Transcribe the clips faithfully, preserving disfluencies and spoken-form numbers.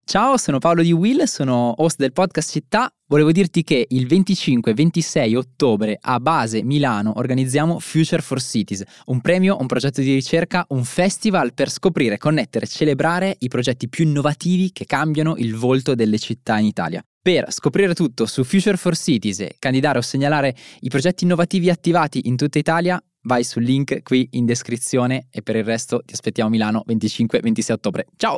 Ciao, sono Paolo di Will, sono host del podcast Città. Volevo dirti che il venticinque e ventisei ottobre a Base Milano organizziamo Future for Cities, un premio, un progetto di ricerca, un festival per scoprire, connettere e celebrare i progetti più innovativi che cambiano il volto delle città in Italia. Per scoprire tutto su Future for Cities e candidare o segnalare i progetti innovativi attivati in tutta Italia, vai sul link qui in descrizione e per il resto ti aspettiamo a Milano venticinque e ventisei ottobre. Ciao!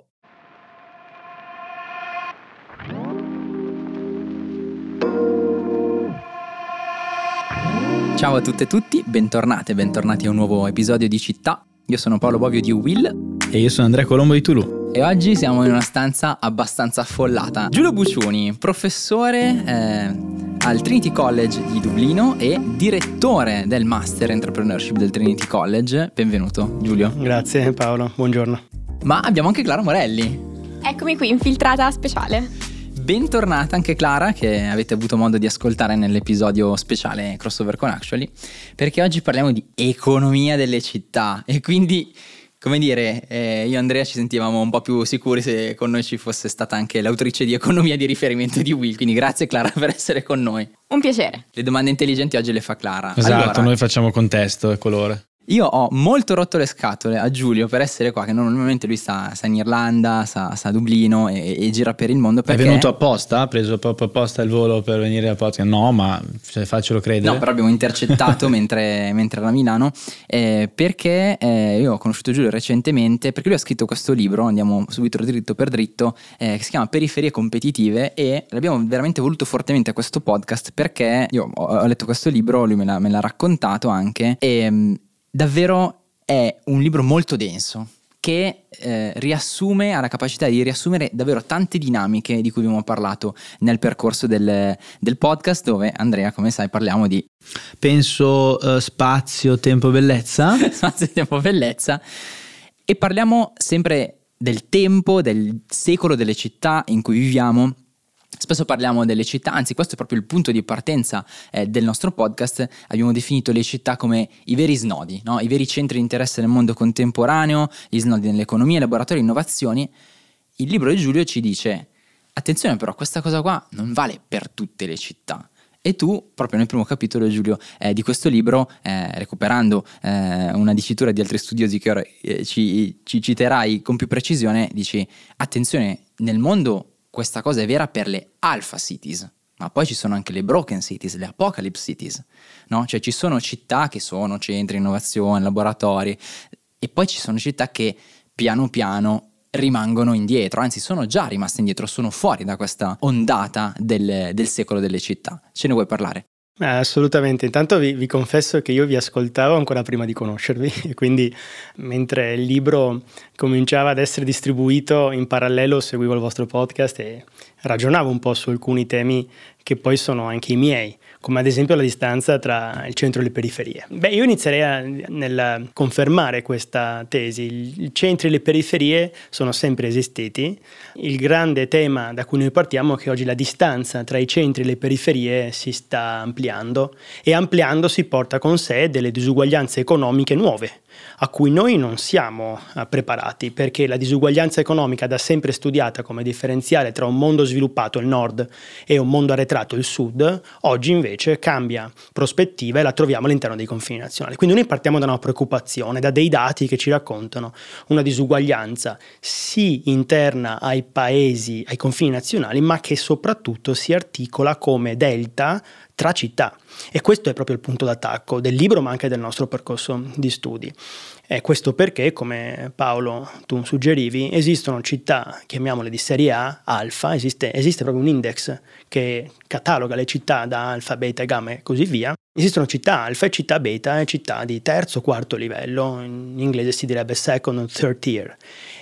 Ciao a tutte e tutti, bentornate e bentornati a un nuovo episodio di Città. Io sono Paolo Bovio di Will. E io sono Andrea Colombo di Tulu. E oggi siamo in una stanza abbastanza affollata. Giulio Bucciuni, professore eh, al Trinity College di Dublino e direttore del Master Entrepreneurship del Trinity College. Benvenuto Giulio. Grazie Paolo, buongiorno. Ma abbiamo anche Clara Morelli. Eccomi qui, infiltrata speciale. Bentornata anche Clara, che avete avuto modo di ascoltare nell'episodio speciale Crossover con Actually, perché oggi parliamo di economia delle città e quindi, come dire, eh, io e Andrea ci sentivamo un po' più sicuri se con noi ci fosse stata anche l'autrice di economia di riferimento di Will, quindi grazie Clara per essere con noi. Un piacere. Le domande intelligenti oggi le fa Clara. Esatto, allora, noi facciamo contesto e colore. Io ho molto rotto le scatole a Giulio per essere qua, che normalmente lui sta, sta in Irlanda, sta, sta a Dublino e, e gira per il mondo. Perché... È venuto apposta? Ha preso proprio apposta il volo per venire al podcast? No, ma cioè, faccelo credere. No, però abbiamo intercettato mentre, mentre era a Milano, eh, perché eh, io ho conosciuto Giulio recentemente, perché lui ha scritto questo libro, andiamo subito dritto per dritto, eh, che si chiama Periferie competitive, e l'abbiamo veramente voluto fortemente a questo podcast perché io ho, ho letto questo libro, lui me l'ha, me l'ha raccontato anche, e... davvero è un libro molto denso che eh, riassume, ha la capacità di riassumere davvero tante dinamiche di cui abbiamo parlato nel percorso del, del podcast, dove Andrea, come sai, parliamo di penso uh, spazio, tempo, bellezza spazio, tempo, bellezza, e parliamo sempre del tempo, del secolo delle città in cui viviamo. Spesso parliamo delle città, anzi questo è proprio il punto di partenza eh, del nostro podcast. Abbiamo definito le città come i veri snodi, no? I veri centri di interesse nel mondo contemporaneo, gli snodi nell'economia, laboratori, innovazioni. Il libro di Giulio ci dice, attenzione però, questa cosa qua non vale per tutte le città. E tu, proprio nel primo capitolo, Giulio, eh, di questo libro, eh, recuperando eh, una dicitura di altri studiosi che ora eh, ci, ci citerai con più precisione, dici, attenzione, nel mondo questa cosa è vera per le alpha cities, ma poi ci sono anche le broken cities, le apocalypse cities, no? Cioè ci sono città che sono centri di innovazione, laboratori, e poi ci sono città che piano piano rimangono indietro, anzi sono già rimaste indietro, sono fuori da questa ondata del, del secolo delle città. Ce ne vuoi parlare? Eh, assolutamente, intanto vi, vi confesso che io vi ascoltavo ancora prima di conoscervi e quindi mentre il libro cominciava ad essere distribuito in parallelo seguivo il vostro podcast e ragionavo un po' su alcuni temi che poi sono anche i miei, come ad esempio la distanza tra il centro e le periferie. Beh, io inizierei a, nel confermare questa tesi. I centri e le periferie sono sempre esistiti. Il grande tema da cui noi partiamo è che oggi la distanza tra i centri e le periferie si sta ampliando e ampliandosi porta con sé delle disuguaglianze economiche nuove a cui noi non siamo preparati, perché la disuguaglianza economica da sempre studiata come differenziale tra un mondo sviluppato, il nord, e un mondo arretrato, il sud, oggi invece cambia prospettiva e la troviamo all'interno dei confini nazionali. Quindi noi partiamo da una preoccupazione, da dei dati che ci raccontano una disuguaglianza sì interna ai paesi, ai confini nazionali, ma che soprattutto si articola come delta tra città. E questo è proprio il punto d'attacco del libro, ma anche del nostro percorso di studi. E questo perché, come Paolo tu suggerivi, esistono città, chiamiamole di serie A, alfa, esiste, esiste proprio un index che cataloga le città da alfa, beta, gamma e così via. Esistono città alfa e città beta e città di terzo, quarto livello, in inglese si direbbe second and third tier.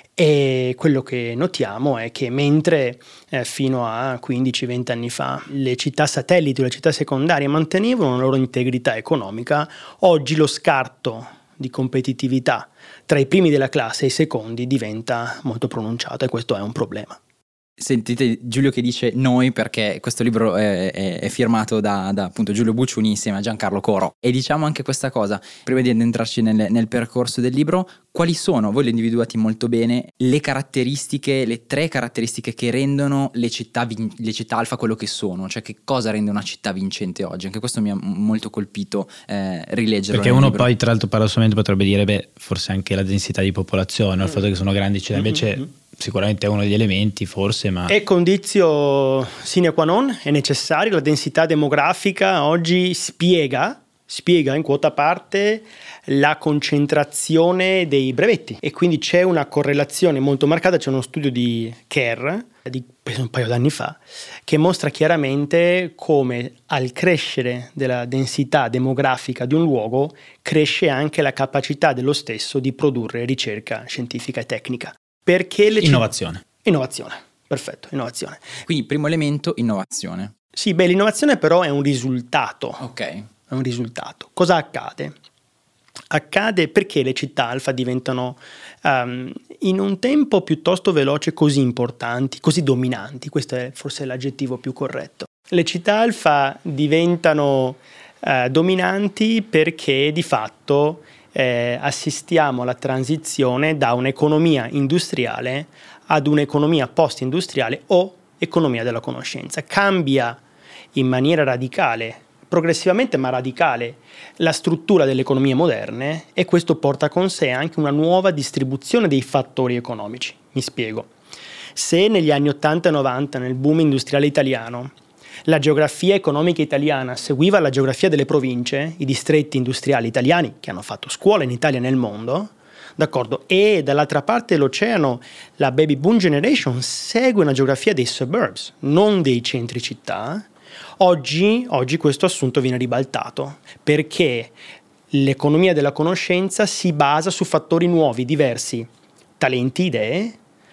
E quello che notiamo è che mentre eh, fino a quindici venti anni fa le città satelliti o le città secondarie mantenevano la loro integrità economica, oggi lo scarto di competitività tra i primi della classe e i secondi diventa molto pronunciato e questo è un problema. Sentite Giulio che dice noi, perché questo libro è, è, è firmato da, da appunto Giulio Bucciuni insieme a Giancarlo Coro. E diciamo anche questa cosa, prima di addentrarci nel, nel percorso del libro, quali sono, voi le individuate molto bene, le caratteristiche, le tre caratteristiche che rendono le città, vin- le città alfa quello che sono, cioè che cosa rende una città vincente oggi? Anche questo mi ha molto colpito eh, rileggerlo. Perché uno libro. poi tra l'altro paradossalmente potrebbe dire, beh, forse anche la densità di popolazione, il fatto che sono grandi città, invece... Mm-hmm. Sicuramente è uno degli elementi, forse, ma... È condizio sine qua non, è necessario. La densità demografica oggi spiega, spiega in quota parte la concentrazione dei brevetti e quindi c'è una correlazione molto marcata. C'è uno studio di Kerr, di un paio d'anni fa, che mostra chiaramente come al crescere della densità demografica di un luogo cresce anche la capacità dello stesso di produrre ricerca scientifica e tecnica. Perché le innovazione. C- innovazione, perfetto, innovazione. Quindi primo elemento, innovazione. Sì, beh, l'innovazione però è un risultato. Ok. È un risultato. Cosa accade? Accade perché le città alfa diventano um, in un tempo piuttosto veloce così importanti, così dominanti, questo è forse l'aggettivo più corretto. Le città alfa diventano uh, dominanti perché di fatto Eh, assistiamo alla transizione da un'economia industriale ad un'economia post-industriale o economia della conoscenza. Cambia in maniera radicale, progressivamente ma radicale, la struttura delle economie moderne e questo porta con sé anche una nuova distribuzione dei fattori economici. Mi spiego. Se negli anni ottanta e novanta, nel boom industriale italiano, la geografia economica italiana seguiva la geografia delle province, i distretti industriali italiani che hanno fatto scuola in Italia e nel mondo, d'accordo? E dall'altra parte dell'oceano la baby boom generation segue una geografia dei suburbs, non dei centri città. Oggi, oggi questo assunto viene ribaltato perché l'economia della conoscenza si basa su fattori nuovi, diversi, talenti, idee,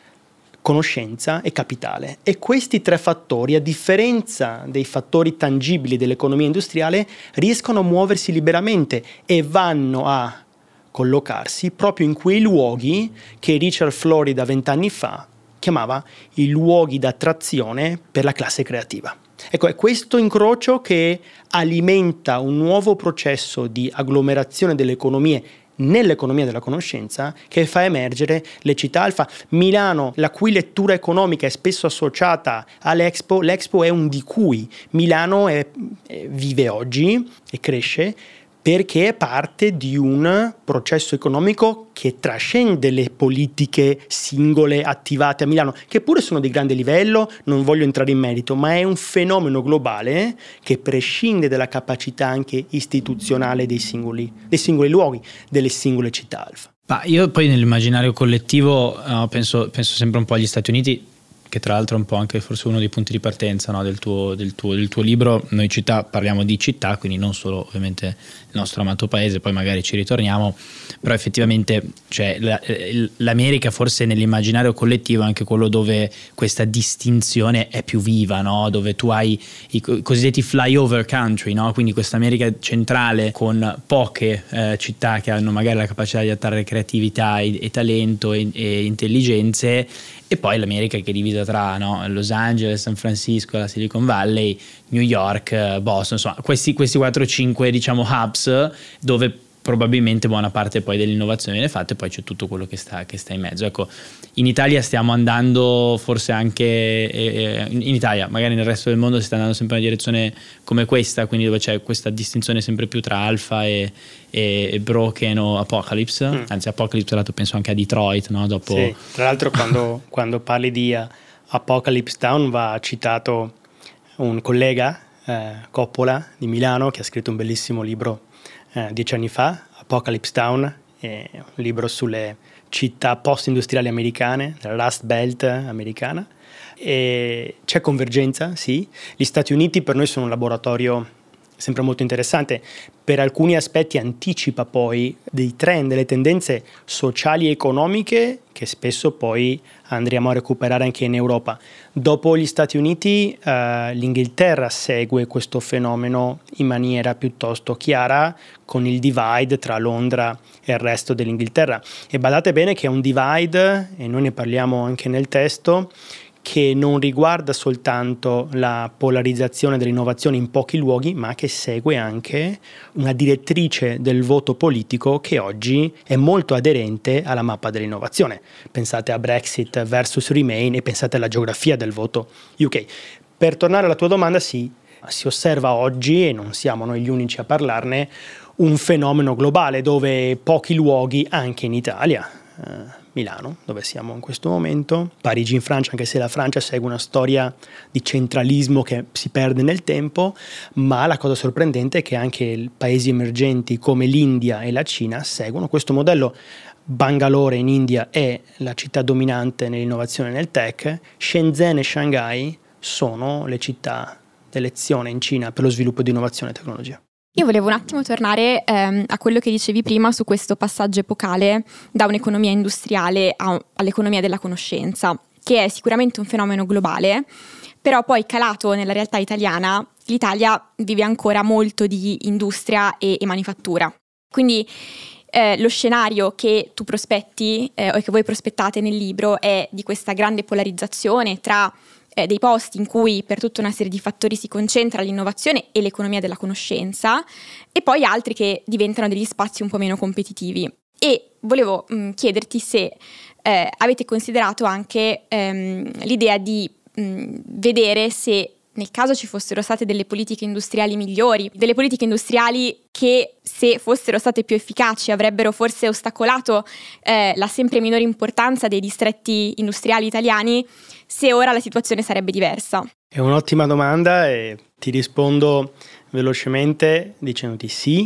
conoscenza e capitale. E questi tre fattori, a differenza dei fattori tangibili dell'economia industriale, riescono a muoversi liberamente e vanno a collocarsi proprio in quei luoghi che Richard Florida vent'anni fa chiamava i luoghi d'attrazione per la classe creativa. Ecco, è questo incrocio che alimenta un nuovo processo di agglomerazione delle economie nell'economia della conoscenza che fa emergere le città alfa. Milano, la cui lettura economica è spesso associata all'Expo, l'Expo è un di cui Milano è, è, vive oggi e cresce perché è parte di un processo economico che trascende le politiche singole attivate a Milano, che pure sono di grande livello, non voglio entrare in merito, ma è un fenomeno globale che prescinde dalla capacità anche istituzionale dei singoli, dei singoli luoghi, delle singole città alfa. Ma io poi nell'immaginario collettivo no, penso, penso sempre un po' agli Stati Uniti, che tra l'altro è un po' anche forse uno dei punti di partenza, no, del, tuo, del, tuo, del tuo libro. Noi città parliamo di città, quindi non solo ovviamente il nostro amato paese, poi magari ci ritorniamo, però effettivamente cioè, la, l'America forse nell'immaginario collettivo è anche quello dove questa distinzione è più viva, no? Dove tu hai i cosiddetti flyover country, no? Quindi questa America centrale con poche eh, città che hanno magari la capacità di attrarre creatività e, e talento e, e intelligenze, e poi l'America che è divisa tra no, Los Angeles, San Francisco, la Silicon Valley, New York, Boston, insomma questi, questi quattro cinque diciamo hubs dove probabilmente buona parte poi dell'innovazione viene fatta e poi c'è tutto quello che sta, che sta in mezzo. Ecco, in Italia stiamo andando forse anche, eh, in Italia, magari nel resto del mondo si sta andando sempre in una direzione come questa, quindi dove c'è questa distinzione sempre più tra alfa e, e, e broken o apocalypse, mm. anzi apocalypse tra l'altro penso anche a Detroit, no? Dopo... Sì, tra l'altro quando, quando parli di uh, Apocalypse Town va citato un collega, eh, Coppola di Milano, che ha scritto un bellissimo libro Eh, dieci anni fa, Apocalypse Town, è un libro sulle città post-industriali americane, la Rust Belt americana. E c'è convergenza, sì. Gli Stati Uniti per noi sono un laboratorio sempre molto interessante, per alcuni aspetti anticipa poi dei trend, delle tendenze sociali e economiche che spesso poi andremo a recuperare anche in Europa. Dopo gli Stati Uniti, eh, l'Inghilterra segue questo fenomeno in maniera piuttosto chiara con il divide tra Londra e il resto dell'Inghilterra. E badate bene che è un divide, e noi ne parliamo anche nel testo, che non riguarda soltanto la polarizzazione dell'innovazione in pochi luoghi, ma che segue anche una direttrice del voto politico che oggi è molto aderente alla mappa dell'innovazione. Pensate a Brexit versus Remain e pensate alla geografia del voto U K. Per tornare alla tua domanda, sì, si osserva oggi, e non siamo noi gli unici a parlarne, un fenomeno globale dove pochi luoghi, anche in Italia, eh, Milano, dove siamo in questo momento, Parigi in Francia, anche se la Francia segue una storia di centralismo che si perde nel tempo, ma la cosa sorprendente è che anche paesi emergenti come l'India e la Cina seguono questo modello. Bangalore in India è la città dominante nell'innovazione nel tech, Shenzhen e Shanghai sono le città d'elezione in Cina per lo sviluppo di innovazione e tecnologia. Io volevo un attimo tornare ehm, a quello che dicevi prima su questo passaggio epocale da un'economia industriale a, all'economia della conoscenza, che è sicuramente un fenomeno globale, però poi calato nella realtà italiana, l'Italia vive ancora molto di industria e, e manifattura. Quindi eh, lo scenario che tu prospetti eh, o che voi prospettate nel libro è di questa grande polarizzazione tra Eh, dei posti in cui per tutta una serie di fattori si concentra l'innovazione e l'economia della conoscenza, e poi altri che diventano degli spazi un po' meno competitivi. E volevo mh, chiederti se eh, avete considerato anche ehm, l'idea di mh, vedere se nel caso ci fossero state delle politiche industriali migliori, delle politiche industriali che, se fossero state più efficaci, avrebbero forse ostacolato eh, la sempre minore importanza dei distretti industriali italiani, se ora la situazione sarebbe diversa. È un'ottima domanda e ti rispondo velocemente dicendoti sì.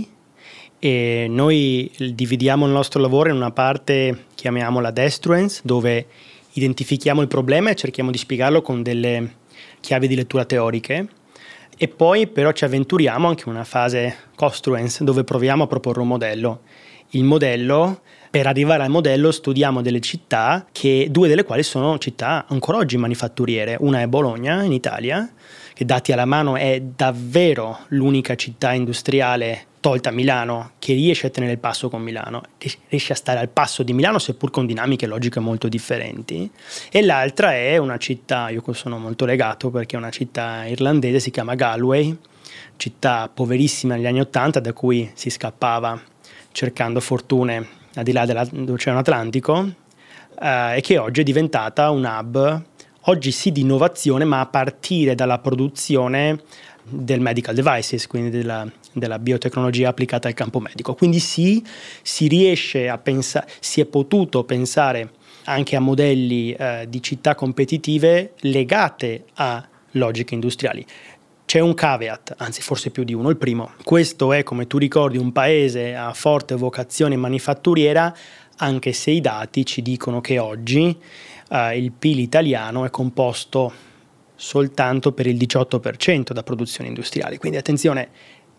E noi dividiamo il nostro lavoro in una parte, chiamiamola destruence, dove identifichiamo il problema e cerchiamo di spiegarlo con delle chiavi di lettura teoriche, e poi però ci avventuriamo anche in una fase construence dove proviamo a proporre un modello. Il modello, per arrivare al modello studiamo delle città, che due delle quali sono città ancora oggi manifatturiere. Una è Bologna in Italia, che dati alla mano è davvero l'unica città industriale, tolta Milano, che riesce a tenere il passo con Milano, riesce a stare al passo di Milano seppur con dinamiche e logiche molto differenti. E l'altra è una città, io sono molto legato perché è una città irlandese, si chiama Galway, città poverissima negli anni Ottanta, da cui si scappava cercando fortune al di là dell'Oceano Atlantico, eh, e che oggi è diventata un hub, oggi sì di innovazione, ma a partire dalla produzione del medical devices, quindi della, della biotecnologia applicata al campo medico. Quindi sì, si riesce a pensare, si è potuto pensare anche a modelli eh, di città competitive legate a logiche industriali. C'è un caveat, anzi forse più di uno. Il primo, questo è, come tu ricordi, un paese a forte vocazione manifatturiera, anche se i dati ci dicono che oggi eh, il P I L italiano è composto soltanto per il diciotto per cento da produzioni industriali. Quindi attenzione,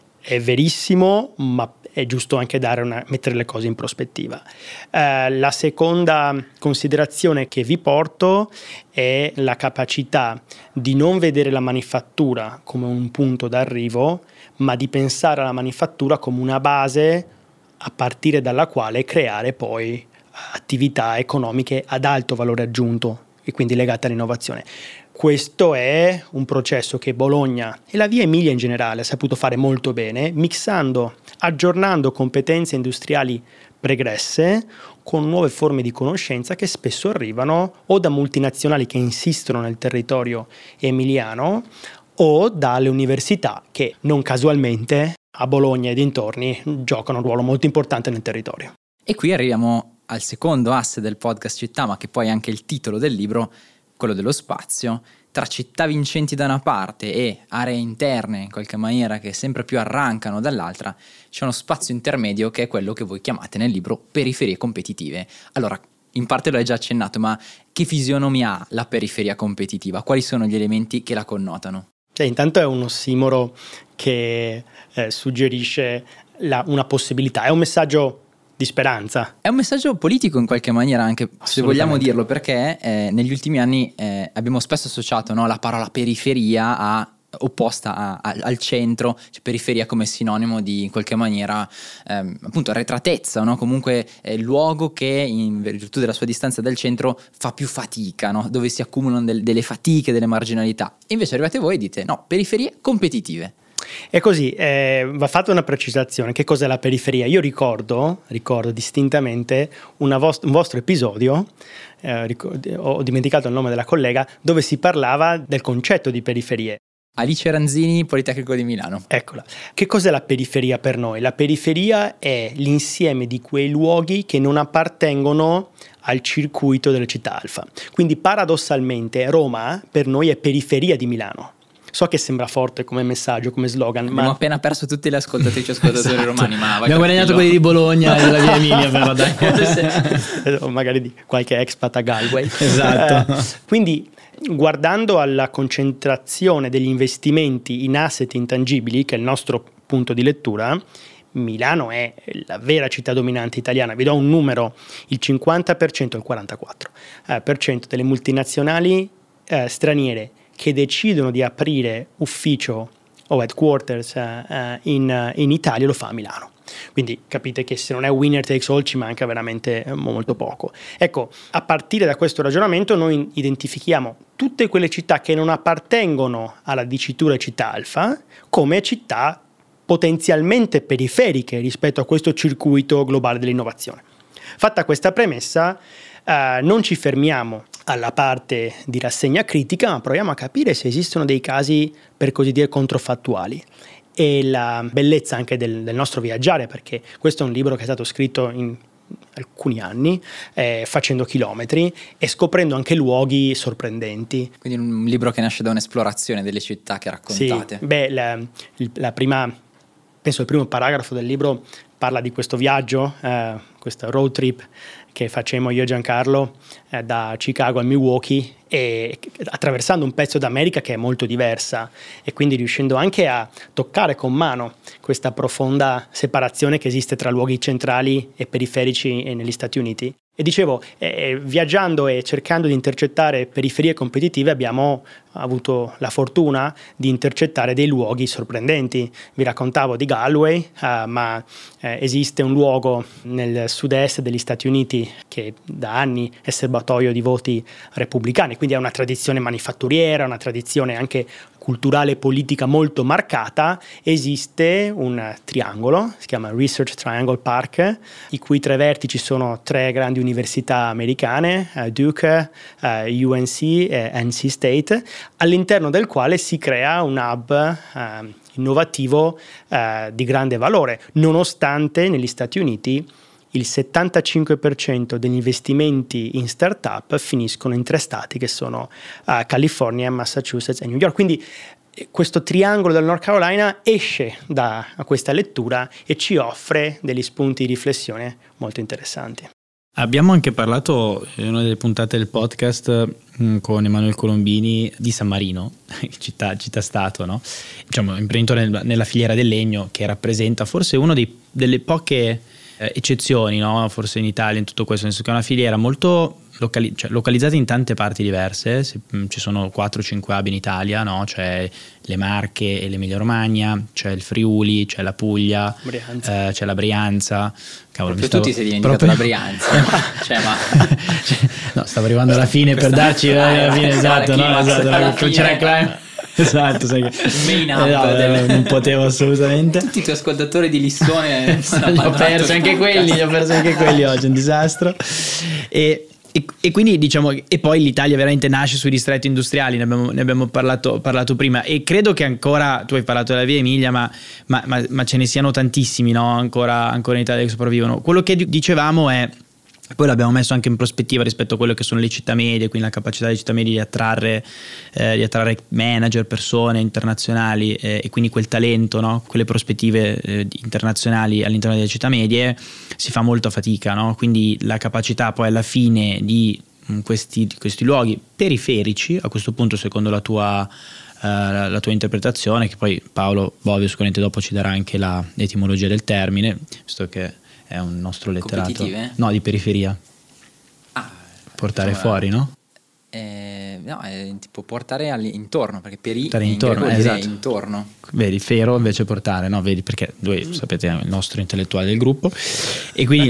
è verissimo, ma è giusto anche dare una, mettere le cose in prospettiva. Eh, la seconda considerazione che vi porto è la capacità di non vedere la manifattura come un punto d'arrivo, ma di pensare alla manifattura come una base a partire dalla quale creare poi attività economiche ad alto valore aggiunto e quindi legate all'innovazione. Questo è un processo che Bologna e la Via Emilia in generale ha saputo fare molto bene, mixando, aggiornando competenze industriali pregresse con nuove forme di conoscenza che spesso arrivano o da multinazionali che insistono nel territorio emiliano o dalle università che non casualmente a Bologna e dintorni giocano un ruolo molto importante nel territorio. E qui arriviamo al secondo asse del podcast Città, ma che poi è anche il titolo del libro, quello dello spazio. Tra città vincenti da una parte e aree interne in qualche maniera che sempre più arrancano dall'altra, c'è uno spazio intermedio che è quello che voi chiamate nel libro periferie competitive. Allora, in parte lo hai già accennato, ma che fisionomia ha la periferia competitiva? Quali sono gli elementi che la connotano? Cioè, intanto è un ossimoro che eh, suggerisce la, una possibilità, è un messaggio di speranza. È un messaggio politico in qualche maniera, anche se vogliamo dirlo, perché eh, negli ultimi anni eh, abbiamo spesso associato, no, la parola periferia a opposta a, a, al centro, cioè periferia come sinonimo di in qualche maniera ehm, appunto arretratezza, no? Comunque è il luogo che in virtù della sua distanza dal centro fa più fatica, no? Dove si accumulano del, delle fatiche, delle marginalità. E invece arrivate voi e dite no, periferie competitive. È così, eh, va fatta una precisazione. Che cos'è la periferia? Io ricordo, ricordo distintamente una vost- un vostro episodio, eh, ricordo, ho dimenticato il nome della collega, dove si parlava del concetto di periferie. Alice Ranzini, Politecnico di Milano. Eccola. Che cos'è la periferia per noi? La periferia è l'insieme di quei luoghi che non appartengono al circuito delle città alfa. Quindi paradossalmente Roma per noi è periferia di Milano. So che sembra forte come messaggio, come slogan, Abbiamo ma appena perso tutte le ascoltatrici e ascoltatori esatto. romani, ma vai abbiamo guadagnato quelli di Bologna e della via Emilia, però dai. o magari di qualche expat a Galway. Esatto. Eh, quindi guardando alla concentrazione degli investimenti in asset intangibili, che è il nostro punto di lettura, Milano è la vera città dominante italiana. Vi do un numero: il cinquanta per cento, il quarantaquattro per cento delle multinazionali eh, straniere che decidono di aprire ufficio o headquarters uh, in, in Italia lo fa a Milano. Quindi capite che se non è winner takes all ci manca veramente molto poco. Ecco, a partire da questo ragionamento noi identifichiamo tutte quelle città che non appartengono alla dicitura città alfa come città potenzialmente periferiche rispetto a questo circuito globale dell'innovazione. Fatta questa premessa, uh, non ci fermiamo alla parte di rassegna critica, ma proviamo a capire se esistono dei casi, per così dire, controfattuali. E la bellezza anche del, del nostro viaggiare, perché questo è un libro che è stato scritto in alcuni anni, eh, facendo chilometri e scoprendo anche luoghi sorprendenti. Quindi un libro che nasce da un'esplorazione delle città che raccontate. Sì, beh, la, la prima, penso il primo paragrafo del libro parla di questo viaggio, eh, questo road trip che facemmo io e Giancarlo eh, da Chicago a Milwaukee, e attraversando un pezzo d'America che è molto diversa, e quindi riuscendo anche a toccare con mano questa profonda separazione che esiste tra luoghi centrali e periferici e negli Stati Uniti. E dicevo, eh, viaggiando e cercando di intercettare periferie competitive abbiamo avuto la fortuna di intercettare dei luoghi sorprendenti. Vi raccontavo di Galway, eh, ma eh, esiste un luogo nel sud-est degli Stati Uniti che da anni è serbatoio di voti repubblicani, quindi ha una tradizione manifatturiera, una tradizione anche culturale e politica molto marcata. Esiste un triangolo, si chiama Research Triangle Park, i cui tre vertici sono tre grandi università americane, uh, Duke, uh, U N C e N C State, all'interno del quale si crea un hub uh, innovativo uh, di grande valore, nonostante negli Stati Uniti il settantacinque per cento degli investimenti in startup finiscono in tre stati che sono uh, California, Massachusetts e New York. Quindi questo triangolo del North Carolina esce da questa lettura e ci offre degli spunti di riflessione molto interessanti. Abbiamo anche parlato in una delle puntate del podcast mh, con Emanuele Colombini di San Marino, città, città stato, no? Diciamo imprenditore nel, nella filiera del legno, che rappresenta forse una delle poche eh, eccezioni, no? Forse in Italia in tutto questo, nel senso che è una filiera molto locali- cioè, localizzata in tante parti diverse. Se, mh, ci sono quattro cinque hub in Italia, no? C'è le Marche e l'Emilia Romagna, c'è il Friuli, c'è la Puglia, eh, c'è la Brianza. Cavolo, proprio stavo... tu ti sei dimenticato proprio... la Brianza. cioè, ma... cioè, no, stavo arrivando alla fine per darci alla fine, esatto, no, esatto, c'era il climb. Esatto, sai che main up eh, no, del... non potevo assolutamente. Tutti i tuoi ascoltatori di Lissone li ho persi anche quelli, li ho persi anche quelli oggi, un disastro. E E, e quindi diciamo, e poi l'Italia veramente nasce sui distretti industriali, ne abbiamo, ne abbiamo parlato, parlato prima, e credo che ancora, tu hai parlato della via Emilia, ma, ma, ma, ma ce ne siano tantissimi, no? ancora, ancora in Italia che sopravvivono. Quello che dicevamo è, poi l'abbiamo messo anche in prospettiva rispetto a quello che sono le città medie, quindi la capacità delle città medie di attrarre, eh, di attrarre manager, persone internazionali, eh, e quindi quel talento, no? Quelle prospettive eh, internazionali all'interno delle città medie, si fa molto fatica, no? Quindi la capacità poi alla fine di mh, questi, questi luoghi periferici, a questo punto secondo la tua, uh, la, la tua interpretazione, che poi Paolo Bovio sicuramente dopo ci darà anche la, l'etimologia del termine, visto che è un nostro letterato, no, di periferia, ah, portare fuori, no? Eh, no, è tipo portare intorno, perché peri portare in intorno, greco esatto. è intorno. Vedi, fero invece portare, no? Vedi, perché lui, mm. sapete, è il nostro intellettuale del gruppo. E quindi,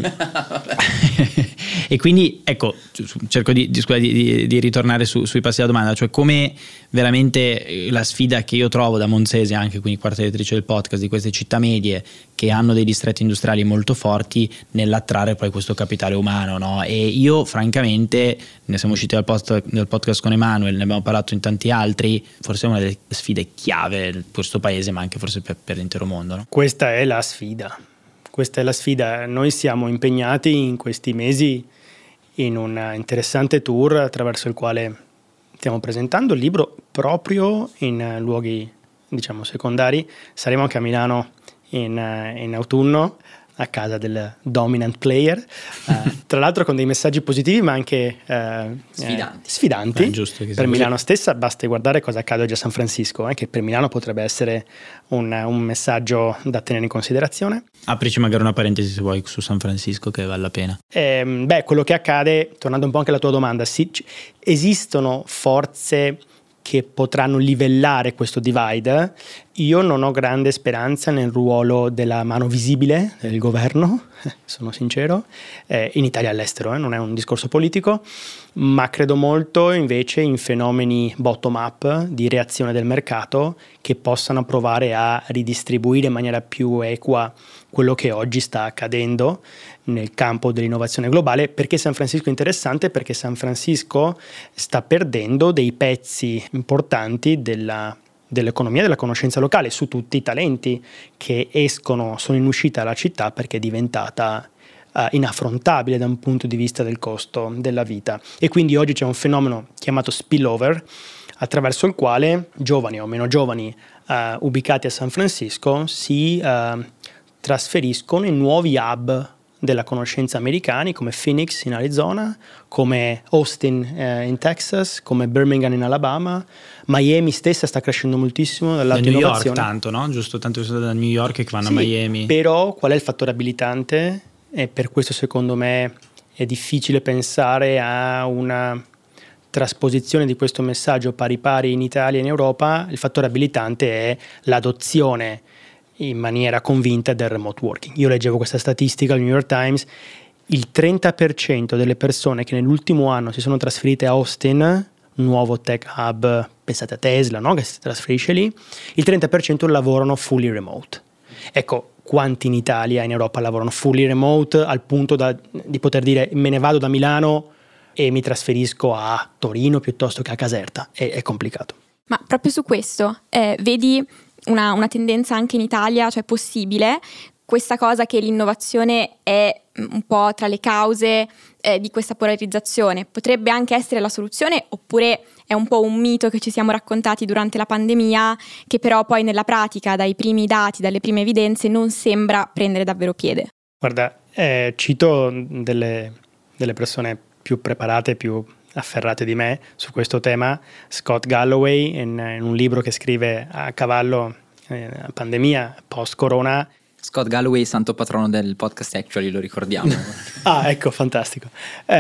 e quindi ecco, cerco di, di, di, di ritornare su, sui passi della domanda, cioè come veramente la sfida che io trovo da Monzese, anche quindi quarta editrice del podcast, di queste città medie che hanno dei distretti industriali molto forti nell'attrarre poi questo capitale umano, no? E io francamente, ne siamo usciti dal, post, dal podcast con Emanuele, ne abbiamo parlato in tanti altri, forse è una delle sfide chiave di questo paese, ma anche forse per, per l'intero mondo, no? Questa è la sfida, questa è la sfida. Noi siamo impegnati in questi mesi in un interessante tour attraverso il quale stiamo presentando il libro proprio in luoghi, diciamo, secondari. Saremo anche a Milano in, in autunno, a casa del dominant player, uh, tra l'altro con dei messaggi positivi ma anche uh, sfidanti, eh, sfidanti. Beh, giusto che per Milano così. Stessa basta guardare cosa accade oggi a San Francisco, eh, che per Milano potrebbe essere un, un messaggio da tenere in considerazione. Aprici magari una parentesi se vuoi su San Francisco, che vale la pena. Eh, beh, quello che accade, tornando un po' anche alla tua domanda, sì, esistono forze che potranno livellare questo divide. Io non ho grande speranza nel ruolo della mano visibile del governo, sono sincero, eh, in Italia e all'estero, eh, non è un discorso politico, ma credo molto invece in fenomeni bottom-up di reazione del mercato che possano provare a ridistribuire in maniera più equa quello che oggi sta accadendo nel campo dell'innovazione globale. Perché San Francisco è interessante? Perché San Francisco sta perdendo dei pezzi importanti della, dell'economia della conoscenza locale su tutti i talenti che escono, sono in uscita dalla città perché è diventata uh, inaffrontabile da un punto di vista del costo della vita. E quindi oggi c'è un fenomeno chiamato spillover, attraverso il quale giovani o meno giovani uh, ubicati a San Francisco si uh, trasferiscono in nuovi hub della conoscenza americani come Phoenix in Arizona, come Austin eh, in Texas, come Birmingham in Alabama. Miami stessa sta crescendo moltissimo dal lato da New innovazione. York tanto, no? Giusto, tante persone da New York che vanno sì, a Miami. Però qual è il fattore abilitante? E per questo secondo me è difficile pensare a una trasposizione di questo messaggio pari pari in Italia e in Europa. Il fattore abilitante è l'adozione in maniera convinta del remote working. Io leggevo questa statistica al New York Times: il trenta per cento delle persone che nell'ultimo anno si sono trasferite a Austin, nuovo tech hub, pensate a Tesla, no? Che si trasferisce lì, il trenta per cento lavorano fully remote. Ecco, quanti in Italia e in Europa lavorano fully remote al punto da, di poter dire me ne vado da Milano e mi trasferisco a Torino piuttosto che a Caserta? È, è complicato. Ma proprio su questo, eh, vedi Una, una tendenza anche in Italia, cioè possibile questa cosa che l'innovazione è un po' tra le cause eh, di questa polarizzazione? Potrebbe anche essere la soluzione, oppure è un po' un mito che ci siamo raccontati durante la pandemia, che però poi nella pratica, dai primi dati, dalle prime evidenze, non sembra prendere davvero piede? Guarda, eh, cito delle, delle persone più preparate, più afferrate di me su questo tema. Scott Galloway, in, in un libro che scrive a cavallo eh, pandemia, post-corona. Scott Galloway, santo patrono del podcast Actually, lo ricordiamo. Ah, ecco, fantastico.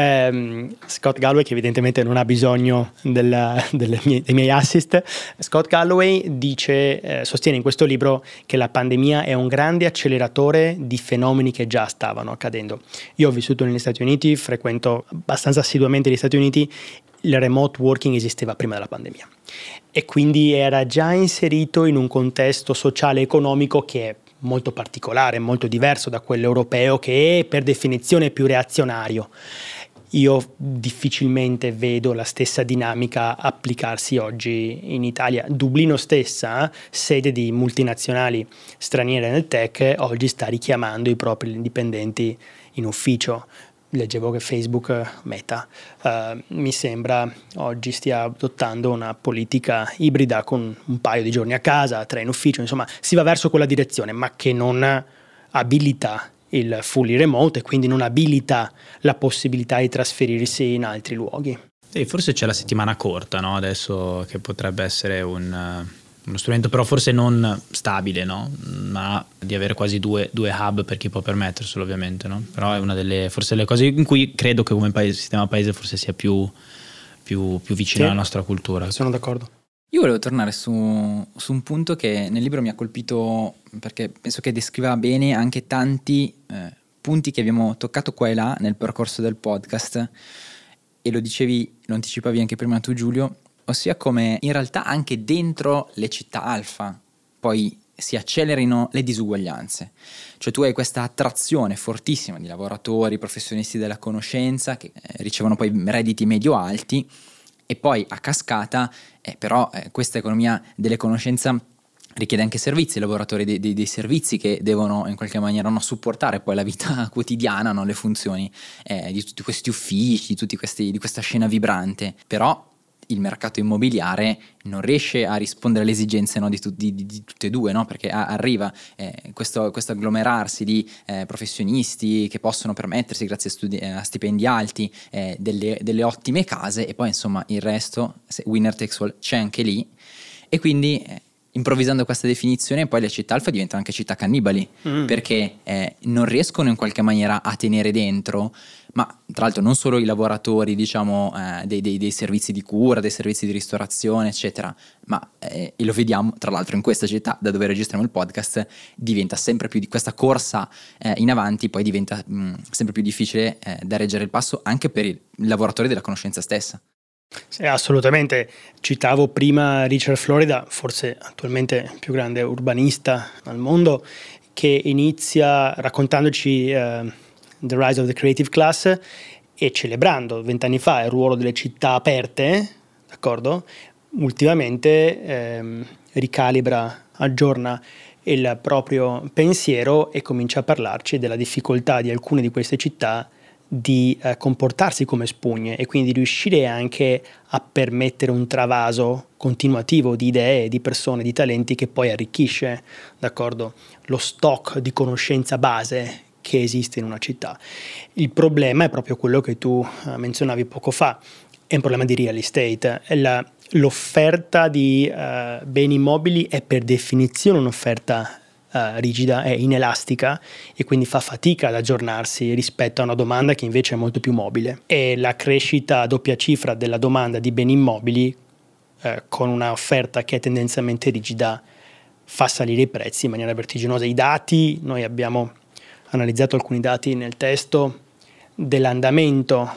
Um, Scott Galloway, che evidentemente non ha bisogno della, delle mie, dei miei assist. Scott Galloway dice, eh, sostiene in questo libro che la pandemia è un grande acceleratore di fenomeni che già stavano accadendo. Io ho vissuto negli Stati Uniti, frequento abbastanza assiduamente gli Stati Uniti. Il remote working esisteva prima della pandemia e quindi era già inserito in un contesto sociale e economico che è molto particolare, molto diverso da quello europeo, che è per definizione più reazionario. Io difficilmente vedo la stessa dinamica applicarsi oggi in Italia. Dublino stessa, sede di multinazionali straniere nel tech, oggi sta richiamando i propri dipendenti in ufficio. Leggevo che Facebook, Meta, uh, mi sembra oggi stia adottando una politica ibrida con un paio di giorni a casa, tre in ufficio, insomma si va verso quella direzione, ma che non abilita il fully remote e quindi non abilita la possibilità di trasferirsi in altri luoghi. E forse c'è la settimana corta, no? Adesso, che potrebbe essere un... uno strumento però forse non stabile, no? Ma di avere quasi due, due hub per chi può permetterselo, ovviamente, no? Però è una delle forse le cose in cui credo che come paese, sistema paese forse sia più, più, più vicino sì, alla nostra cultura. Sono d'accordo. Io volevo tornare su, su un punto che nel libro mi ha colpito, perché penso che descriva bene anche tanti eh, punti che abbiamo toccato qua e là nel percorso del podcast, e lo dicevi, lo anticipavi anche prima tu Giulio, ossia come in realtà anche dentro le città alfa poi si accelerino le disuguaglianze. Cioè tu hai questa attrazione fortissima di lavoratori, professionisti della conoscenza che eh, ricevono poi redditi medio-alti, e poi a cascata eh, però eh, questa economia delle conoscenza richiede anche servizi, lavoratori dei, dei, dei servizi che devono in qualche maniera no, supportare poi la vita quotidiana, no, le funzioni eh, di tutti questi uffici, di, tutti questi, di questa scena vibrante. Però il mercato immobiliare non riesce a rispondere alle esigenze no, di, tu, di, di, di tutte e due, no? Perché a, arriva eh, questo, questo agglomerarsi di eh, professionisti che possono permettersi, grazie a, studi- a stipendi alti, eh, delle, delle ottime case, e poi insomma il resto, winner takes all, c'è anche lì, e quindi eh, improvvisando questa definizione poi le città alfa diventano anche città cannibali, mm. perché eh, non riescono in qualche maniera a tenere dentro, ma tra l'altro non solo i lavoratori diciamo eh, dei, dei, dei servizi di cura, dei servizi di ristorazione eccetera, ma eh, e lo vediamo tra l'altro in questa città da dove registriamo il podcast, diventa sempre più di questa corsa eh, in avanti, poi diventa mh, sempre più difficile eh, da reggere il passo anche per i lavoratori della conoscenza stessa. Sì, assolutamente. Citavo prima Richard Florida, forse attualmente il più grande urbanista al mondo, che inizia raccontandoci uh, The Rise of the Creative Class e celebrando vent'anni fa il ruolo delle città aperte, d'accordo? Ultimamente ehm, ricalibra, aggiorna il proprio pensiero e comincia a parlarci della difficoltà di alcune di queste città di eh, comportarsi come spugne e quindi riuscire anche a permettere un travaso continuativo di idee, di persone, di talenti che poi arricchisce, d'accordo, lo stock di conoscenza base che esiste in una città. Il problema è proprio quello che tu eh, menzionavi poco fa, è un problema di real estate. La, l'offerta di eh, beni immobili è per definizione un'offerta Uh, rigida, è inelastica e quindi fa fatica ad aggiornarsi rispetto a una domanda che invece è molto più mobile, e la crescita a doppia cifra della domanda di beni immobili uh, con una offerta che è tendenzialmente rigida fa salire i prezzi in maniera vertiginosa. I dati, noi abbiamo analizzato alcuni dati nel testo dell'andamento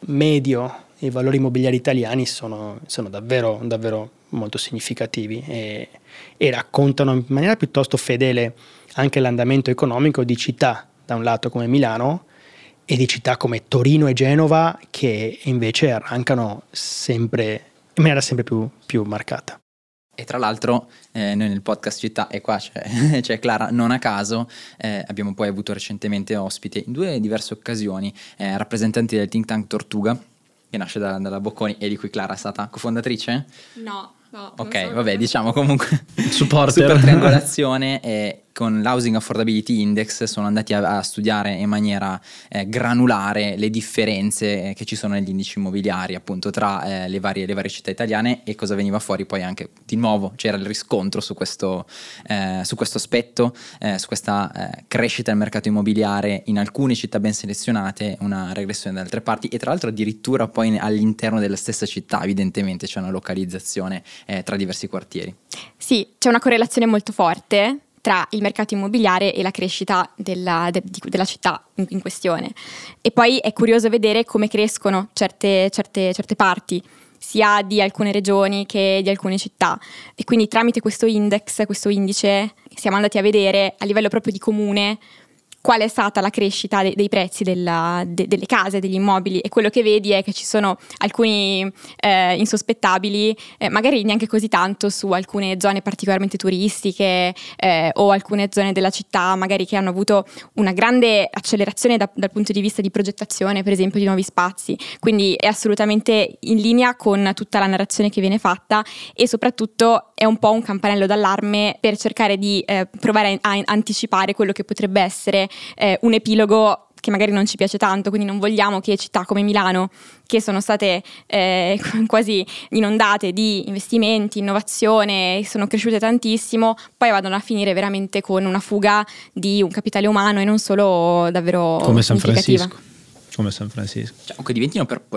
medio dei valori immobiliari italiani, sono, sono davvero, davvero molto significativi e, e raccontano in maniera piuttosto fedele anche l'andamento economico di città da un lato come Milano e di città come Torino e Genova, che invece arrancano sempre in maniera sempre più, più marcata. E tra l'altro eh, noi nel podcast Città, e qua c'è, c'è Clara, non a caso eh, abbiamo poi avuto recentemente ospite in due diverse occasioni eh, rappresentanti del think tank Tortuga, che nasce da, dalla Bocconi e di cui Clara è stata cofondatrice? No, no. Ok, vabbè, so. Diciamo comunque supporter. Super triangolazione e con l'Housing Affordability Index sono andati a, a studiare in maniera eh, granulare le differenze eh, che ci sono negli indici immobiliari appunto tra eh, le, varie, le varie città italiane, e cosa veniva fuori poi anche di nuovo c'era il riscontro su questo, eh, su questo aspetto, eh, su questa eh, crescita del mercato immobiliare in alcune città ben selezionate, una regressione da altre parti, e tra l'altro addirittura poi all'interno della stessa città evidentemente c'è una localizzazione eh, tra diversi quartieri. Sì, c'è una correlazione molto forte tra il mercato immobiliare e la crescita della, de, di, della città in, in questione. E poi è curioso vedere come crescono certe, certe, certe parti, sia di alcune regioni che di alcune città. E quindi tramite questo index, questo indice, siamo andati a vedere a livello proprio di comune qual è stata la crescita de- dei prezzi della, de- delle case, degli immobili, e quello che vedi è che ci sono alcuni eh, insospettabili, eh, magari neanche così tanto su alcune zone particolarmente turistiche eh, o alcune zone della città magari che hanno avuto una grande accelerazione da- dal punto di vista di progettazione, per esempio di nuovi spazi, quindi è assolutamente in linea con tutta la narrazione che viene fatta, e soprattutto è un po' un campanello d'allarme per cercare di eh, provare a, a anticipare quello che potrebbe essere Eh, un epilogo che magari non ci piace tanto. Quindi non vogliamo che città come Milano, che sono state eh, quasi inondate di investimenti, innovazione, sono cresciute tantissimo, poi vadano a finire veramente con una fuga di un capitale umano e non solo davvero come San significativa. Francisco come San Francisco Cioè, che diventino per, per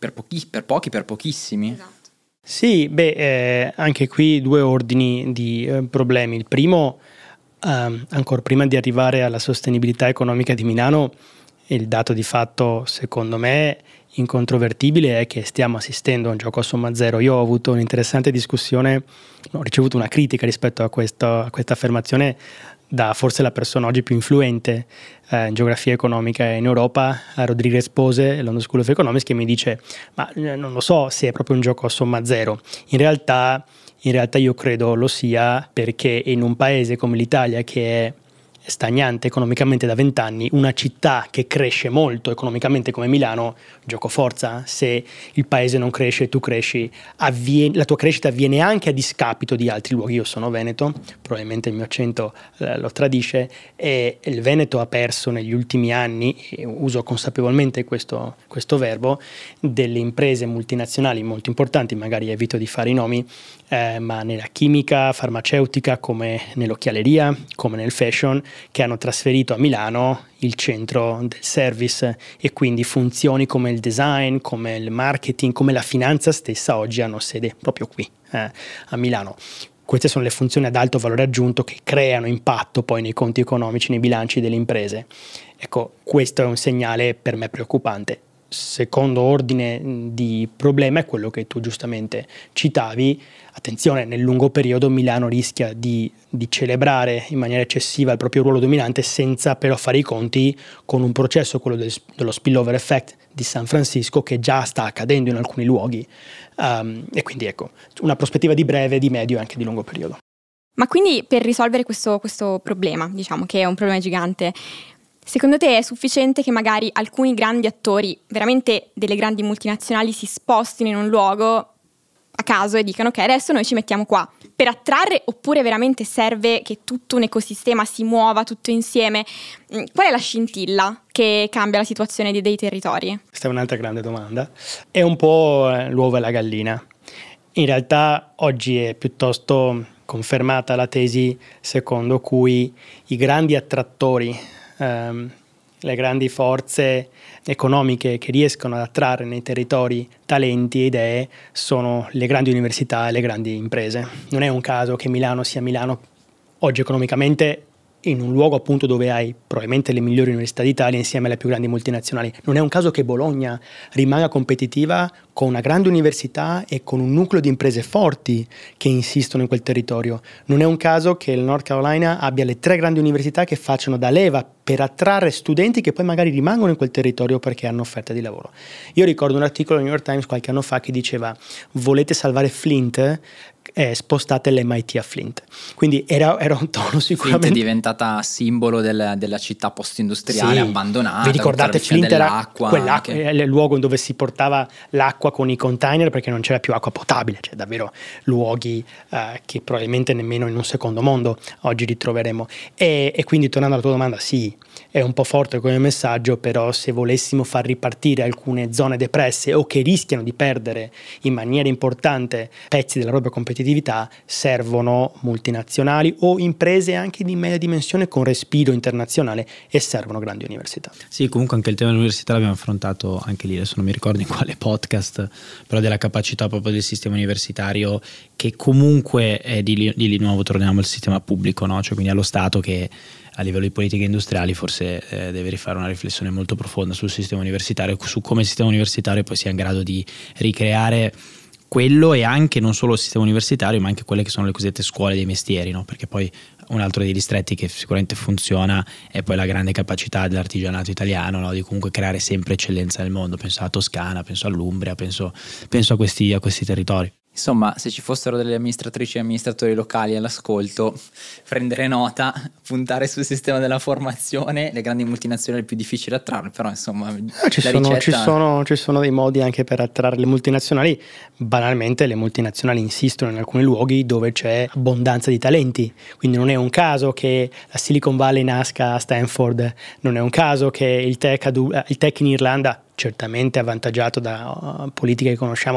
per, pochi, per pochi, per pochissimi. Esatto. Sì, beh, eh, anche qui due ordini di eh, problemi. Il primo, ehm, ancora prima di arrivare alla sostenibilità economica di Milano, il dato di fatto, secondo me, incontrovertibile è che stiamo assistendo a un gioco a somma zero. Io ho avuto un'interessante discussione, ho ricevuto una critica rispetto a, questo, a questa affermazione da forse la persona oggi più influente eh, in geografia economica in Europa, Rodriguez Pose, London School of Economics, che mi dice ma eh, non lo so se è proprio un gioco a somma zero. In realtà, in realtà io credo lo sia, perché in un paese come l'Italia, che è stagnante economicamente da vent'anni, una città che cresce molto economicamente come Milano, gioco forza. Se il paese non cresce, tu cresci, avviene, la tua crescita avviene anche a discapito di altri luoghi. Io sono veneto, probabilmente il mio accento eh, lo tradisce, e il Veneto ha perso negli ultimi anni, e uso consapevolmente questo, questo verbo, delle imprese multinazionali molto importanti, magari evito di fare i nomi, eh, ma nella chimica, farmaceutica, come nell'occhialeria, come nel fashion, che hanno trasferito a Milano il centro del service, e quindi funzioni come il design, come il marketing, come la finanza stessa oggi hanno sede proprio qui eh, a Milano. Queste sono le funzioni ad alto valore aggiunto che creano impatto poi nei conti economici, nei bilanci delle imprese. Ecco, questo è un segnale per me preoccupante. Secondo ordine di problema è quello che tu giustamente citavi. Attenzione, nel lungo periodo Milano rischia di, di celebrare in maniera eccessiva il proprio ruolo dominante, senza però fare i conti con un processo, quello del, dello spillover effect di San Francisco, che già sta accadendo in alcuni luoghi. Um, e quindi ecco, una prospettiva di breve, di medio e anche di lungo periodo. Ma quindi per risolvere questo, questo problema, diciamo che è un problema gigante, secondo te è sufficiente che magari alcuni grandi attori, veramente delle grandi multinazionali, si spostino in un luogo a caso e dicano ok, adesso noi ci mettiamo qua per attrarre, oppure veramente serve che tutto un ecosistema si muova tutto insieme? Qual è la scintilla che cambia la situazione dei, dei territori? Questa è un'altra grande domanda. È un po' l'uovo e la gallina. In realtà oggi è piuttosto confermata la tesi secondo cui i grandi attrattori, ehm, le grandi forze economiche che riescono ad attrarre nei territori talenti e idee sono le grandi università e le grandi imprese. Non è un caso che Milano sia Milano oggi economicamente in un luogo appunto dove hai probabilmente le migliori università d'Italia insieme alle più grandi multinazionali. Non è un caso che Bologna rimanga competitiva con una grande università e con un nucleo di imprese forti che insistono in quel territorio. Non è un caso che il North Carolina abbia le tre grandi università che facciano da leva per attrarre studenti che poi magari rimangono in quel territorio perché hanno offerte di lavoro. Io ricordo un articolo del New York Times qualche anno fa che diceva: volete salvare Flint? Eh, spostate l'M I T a Flint. Quindi era, era un tono sicuramente. Flint è diventata simbolo del, della città post-industriale, sì, abbandonata. Vi ricordate Flint era quell'acqua, che... il luogo dove si portava l'acqua con i container perché non c'era più acqua potabile, cioè davvero luoghi eh, che probabilmente nemmeno in un secondo mondo oggi ritroveremo. E, e quindi, tornando alla tua domanda, sì, è un po' forte come messaggio, però se volessimo far ripartire alcune zone depresse o che rischiano di perdere in maniera importante pezzi della propria competitività, servono multinazionali o imprese anche di media dimensione con respiro internazionale, e servono grandi università. Sì, comunque anche il tema dell'università l'abbiamo affrontato anche lì, adesso non mi ricordo in quale podcast, però della capacità proprio del sistema universitario, che comunque è di lì, di nuovo torniamo al sistema pubblico, no? Cioè quindi allo Stato, che a livello di politiche industriali forse eh, deve rifare una riflessione molto profonda sul sistema universitario, su come il sistema universitario poi sia in grado di ricreare quello, e anche non solo il sistema universitario ma anche quelle che sono le cosiddette scuole dei mestieri, no? Perché poi un altro dei distretti che sicuramente funziona è poi la grande capacità dell'artigianato italiano, no? Di comunque creare sempre eccellenza nel mondo. Penso alla Toscana, penso all'Umbria, penso, penso a questi, a questi territori. Insomma, se ci fossero delle amministratrici e amministratori locali all'ascolto, prendere nota, puntare sul sistema della formazione. Le grandi multinazionali è più difficile attrarre, però insomma no, ci, la sono, ricetta... ci, sono, ci sono dei modi anche per attrarre le multinazionali. Banalmente le multinazionali insistono in alcuni luoghi dove c'è abbondanza di talenti, quindi non è un caso che la Silicon Valley nasca a Stanford, non è un caso che il tech, il tech in Irlanda, certamente avvantaggiato da uh, politiche che conosciamo,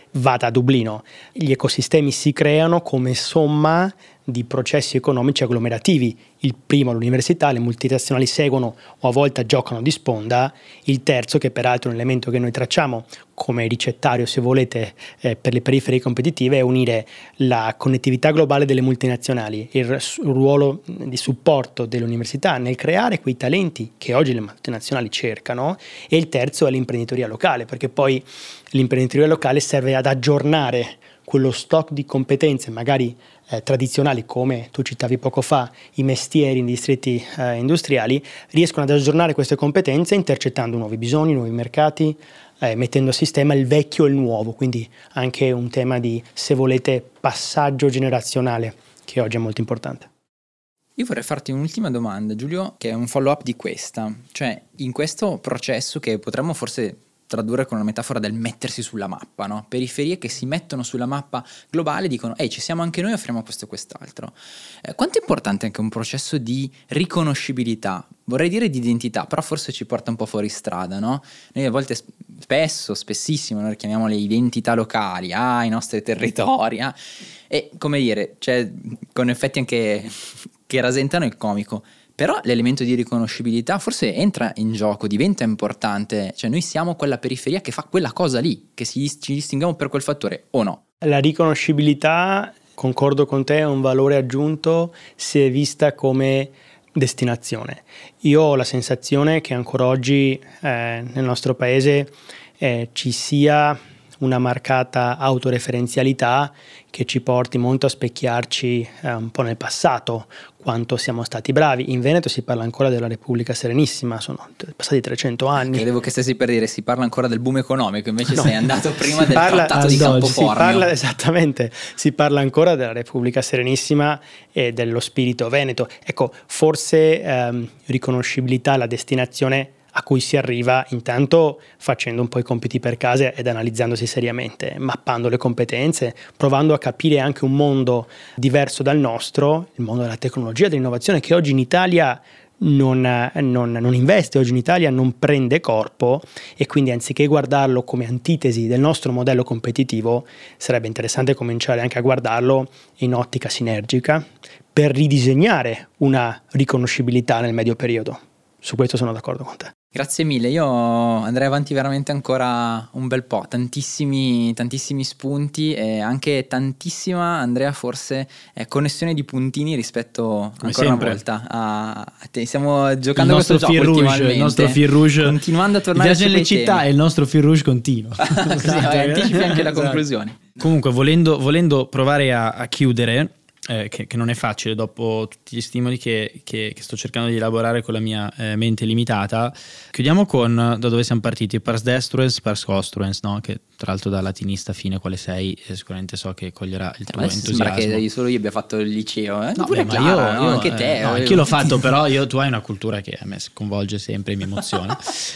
vada a Dublino. Gli ecosistemi si creano come somma di processi economici agglomerativi. Il primo, l'università, le multinazionali seguono o a volte giocano di sponda. Il terzo, che peraltro è un elemento che noi tracciamo come ricettario, se volete, eh, per le periferie competitive, è unire la connettività globale delle multinazionali, il ruolo di supporto delle università nel creare quei talenti che oggi le multinazionali cercano, e il terzo è l'imprenditoria locale, perché poi l'imprenditoria locale serve ad aggiornare quello stock di competenze magari eh, tradizionali, come tu citavi poco fa, i mestieri in distretti eh, industriali, riescono ad aggiornare queste competenze intercettando nuovi bisogni, nuovi mercati, eh, mettendo a sistema il vecchio e il nuovo, quindi anche un tema di, se volete, passaggio generazionale che oggi è molto importante. Io vorrei farti un'ultima domanda, Giulio, che è un follow up di questa, cioè in questo processo che potremmo forse tradurre con una metafora del mettersi sulla mappa, no? Periferie che si mettono sulla mappa globale, dicono ehi, ci siamo anche noi, offriamo questo e quest'altro. Eh, quanto è importante anche un processo di riconoscibilità, vorrei dire di identità, però forse ci porta un po' fuori strada, no? Noi a volte, spesso, spessissimo, noi chiamiamo le identità locali, ah, i nostri territori, ah, e come dire, cioè, con effetti anche che rasentano il comico. Però l'elemento di riconoscibilità forse entra in gioco, diventa importante, cioè noi siamo quella periferia che fa quella cosa lì, che si, ci distinguiamo per quel fattore, o no? La riconoscibilità, concordo con te, è un valore aggiunto se è vista come destinazione. Io ho la sensazione che ancora oggi eh, nel nostro paese eh, ci sia una marcata autoreferenzialità che ci porti molto a specchiarci eh, un po' nel passato, quanto siamo stati bravi. In Veneto si parla ancora della Repubblica Serenissima, sono passati trecento anni. Credevo che stessi per dire si parla ancora del boom economico, invece no, sei andato prima del parla, trattato di Campoformio. Si parla, esattamente, si parla ancora della Repubblica Serenissima e dello spirito veneto. Ecco, forse ehm, riconoscibilità, la destinazione a cui si arriva intanto facendo un po' i compiti per casa ed analizzandosi seriamente, mappando le competenze, provando a capire anche un mondo diverso dal nostro, il mondo della tecnologia, dell'innovazione, che oggi in Italia non, non, non investe, oggi in Italia non prende corpo, e quindi anziché guardarlo come antitesi del nostro modello competitivo, sarebbe interessante cominciare anche a guardarlo in ottica sinergica per ridisegnare una riconoscibilità nel medio periodo. Su questo sono d'accordo con te. Grazie mille, io andrei avanti veramente ancora un bel po', tantissimi, tantissimi spunti e anche tantissima, Andrea, forse eh, connessione di puntini rispetto come ancora sempre. una volta a, a te. Stiamo giocando il questo gioco rouge, ultimamente, il nostro fil rouge, continuando a tornare su le città temi. E il nostro fil rouge continua. Così anticipi anche la conclusione. Comunque, volendo, volendo provare a, a chiudere, Eh, che, che non è facile dopo tutti gli stimoli che, che, che sto cercando di elaborare con la mia eh, mente limitata, chiudiamo con da dove siamo partiti, pars destruens, pars construens, no? Che tra l'altro da latinista fine quale sei, eh, sicuramente so che coglierà il tuo Adesso entusiasmo. sembra che solo io abbia fatto il liceo, eh? No, Pure beh, Chiara, ma io, no? io Anche te. eh, no, anch'io l'ho fatto, però io, tu hai una cultura che a me sconvolge sempre, mi emoziona.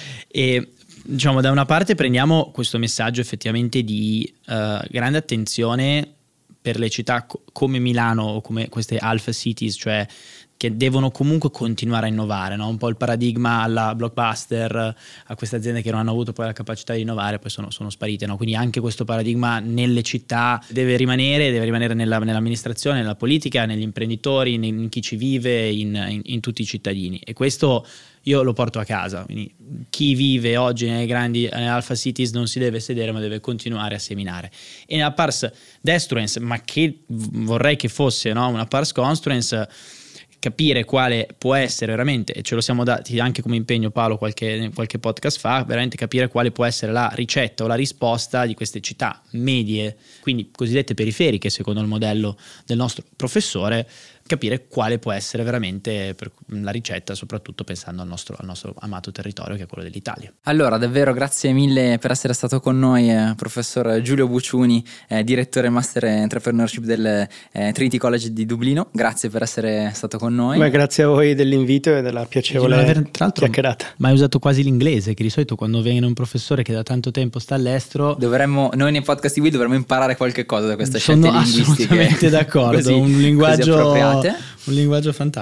E diciamo, da una parte prendiamo questo messaggio effettivamente di uh, grande attenzione per le città co- come Milano o come queste alpha cities, cioè che devono comunque continuare a innovare, no? Un po' il paradigma alla Blockbuster, a queste aziende che non hanno avuto poi la capacità di innovare, poi sono, sono sparite, no? Quindi anche questo paradigma nelle città deve rimanere, deve rimanere nella, nell'amministrazione, nella politica, negli imprenditori, in, in chi ci vive, in, in, in tutti i cittadini. E questo io lo porto a casa, quindi chi vive oggi nelle grandi nelle alpha cities non si deve sedere ma deve continuare a seminare. E nella pars destruens, ma che vorrei che fosse, no? Una pars construens, capire quale può essere veramente, e ce lo siamo dati anche come impegno Paolo qualche, qualche podcast fa, veramente capire quale può essere la ricetta o la risposta di queste città medie, quindi cosiddette periferiche secondo il modello del nostro professore, capire quale può essere veramente per la ricetta, soprattutto pensando al nostro, al nostro amato territorio che è quello dell'Italia. Allora, davvero grazie mille per essere stato con noi, eh, professor Giulio Bucciuni, eh, direttore Master Entrepreneurship del eh, Trinity College di Dublino. Grazie per essere stato con noi. Beh, grazie a voi dell'invito e della piacevole aver, tra l'altro, chiacchierata. Ma hai usato quasi l'inglese, che di solito quando viene un professore che da tanto tempo sta all'estero, dovremmo, noi nei podcast di Will dovremmo imparare qualche cosa da queste sono scelte linguistiche. Assolutamente d'accordo, così, un linguaggio così appropriate. Un linguaggio fantastico.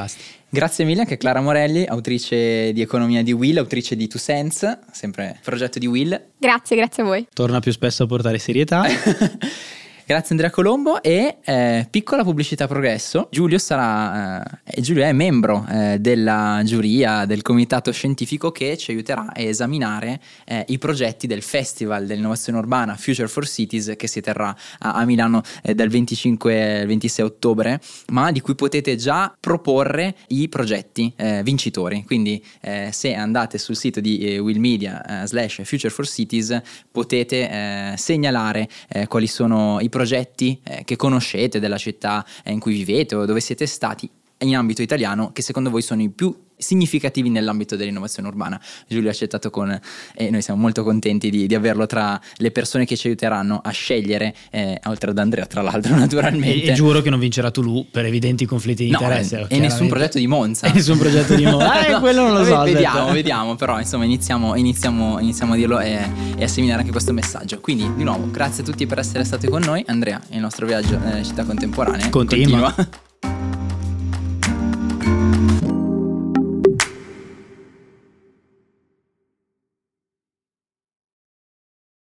Grazie mille anche a Clara Morelli, autrice di Economia di Will, autrice di Two Cents, sempre progetto di Will. Grazie, grazie a voi. Torna più spesso a portare serietà. Grazie Andrea Colombo e eh, piccola pubblicità progresso. Giulio sarà eh, Giulio è membro eh, della giuria del comitato scientifico che ci aiuterà a esaminare eh, i progetti del Festival dell'Innovazione Urbana Future for Cities che si terrà a, a Milano eh, dal venticinque al ventisei ottobre, ma di cui potete già proporre i progetti eh, vincitori. Quindi eh, se andate sul sito di eh, Will Media eh, slash Future for Cities potete eh, segnalare eh, quali sono i progetti eh, che conoscete della città eh, in cui vivete o dove siete stati in ambito italiano che secondo voi sono i più significativi nell'ambito dell'innovazione urbana. Giulio ha accettato con e noi siamo molto contenti di, di averlo tra le persone che ci aiuteranno a scegliere eh, oltre ad Andrea tra l'altro naturalmente. E, e giuro che non vincerà Toulouse per evidenti conflitti di no, interesse. E nessun progetto di Monza. E nessun progetto di Monza. Eh, no, quello non lo so. Vediamo, aspetta. vediamo, però insomma iniziamo, iniziamo, iniziamo a dirlo e, e a seminare anche questo messaggio. Quindi di nuovo grazie a tutti per essere stati con noi. Andrea, il nostro viaggio nelle città contemporanee continua. continua.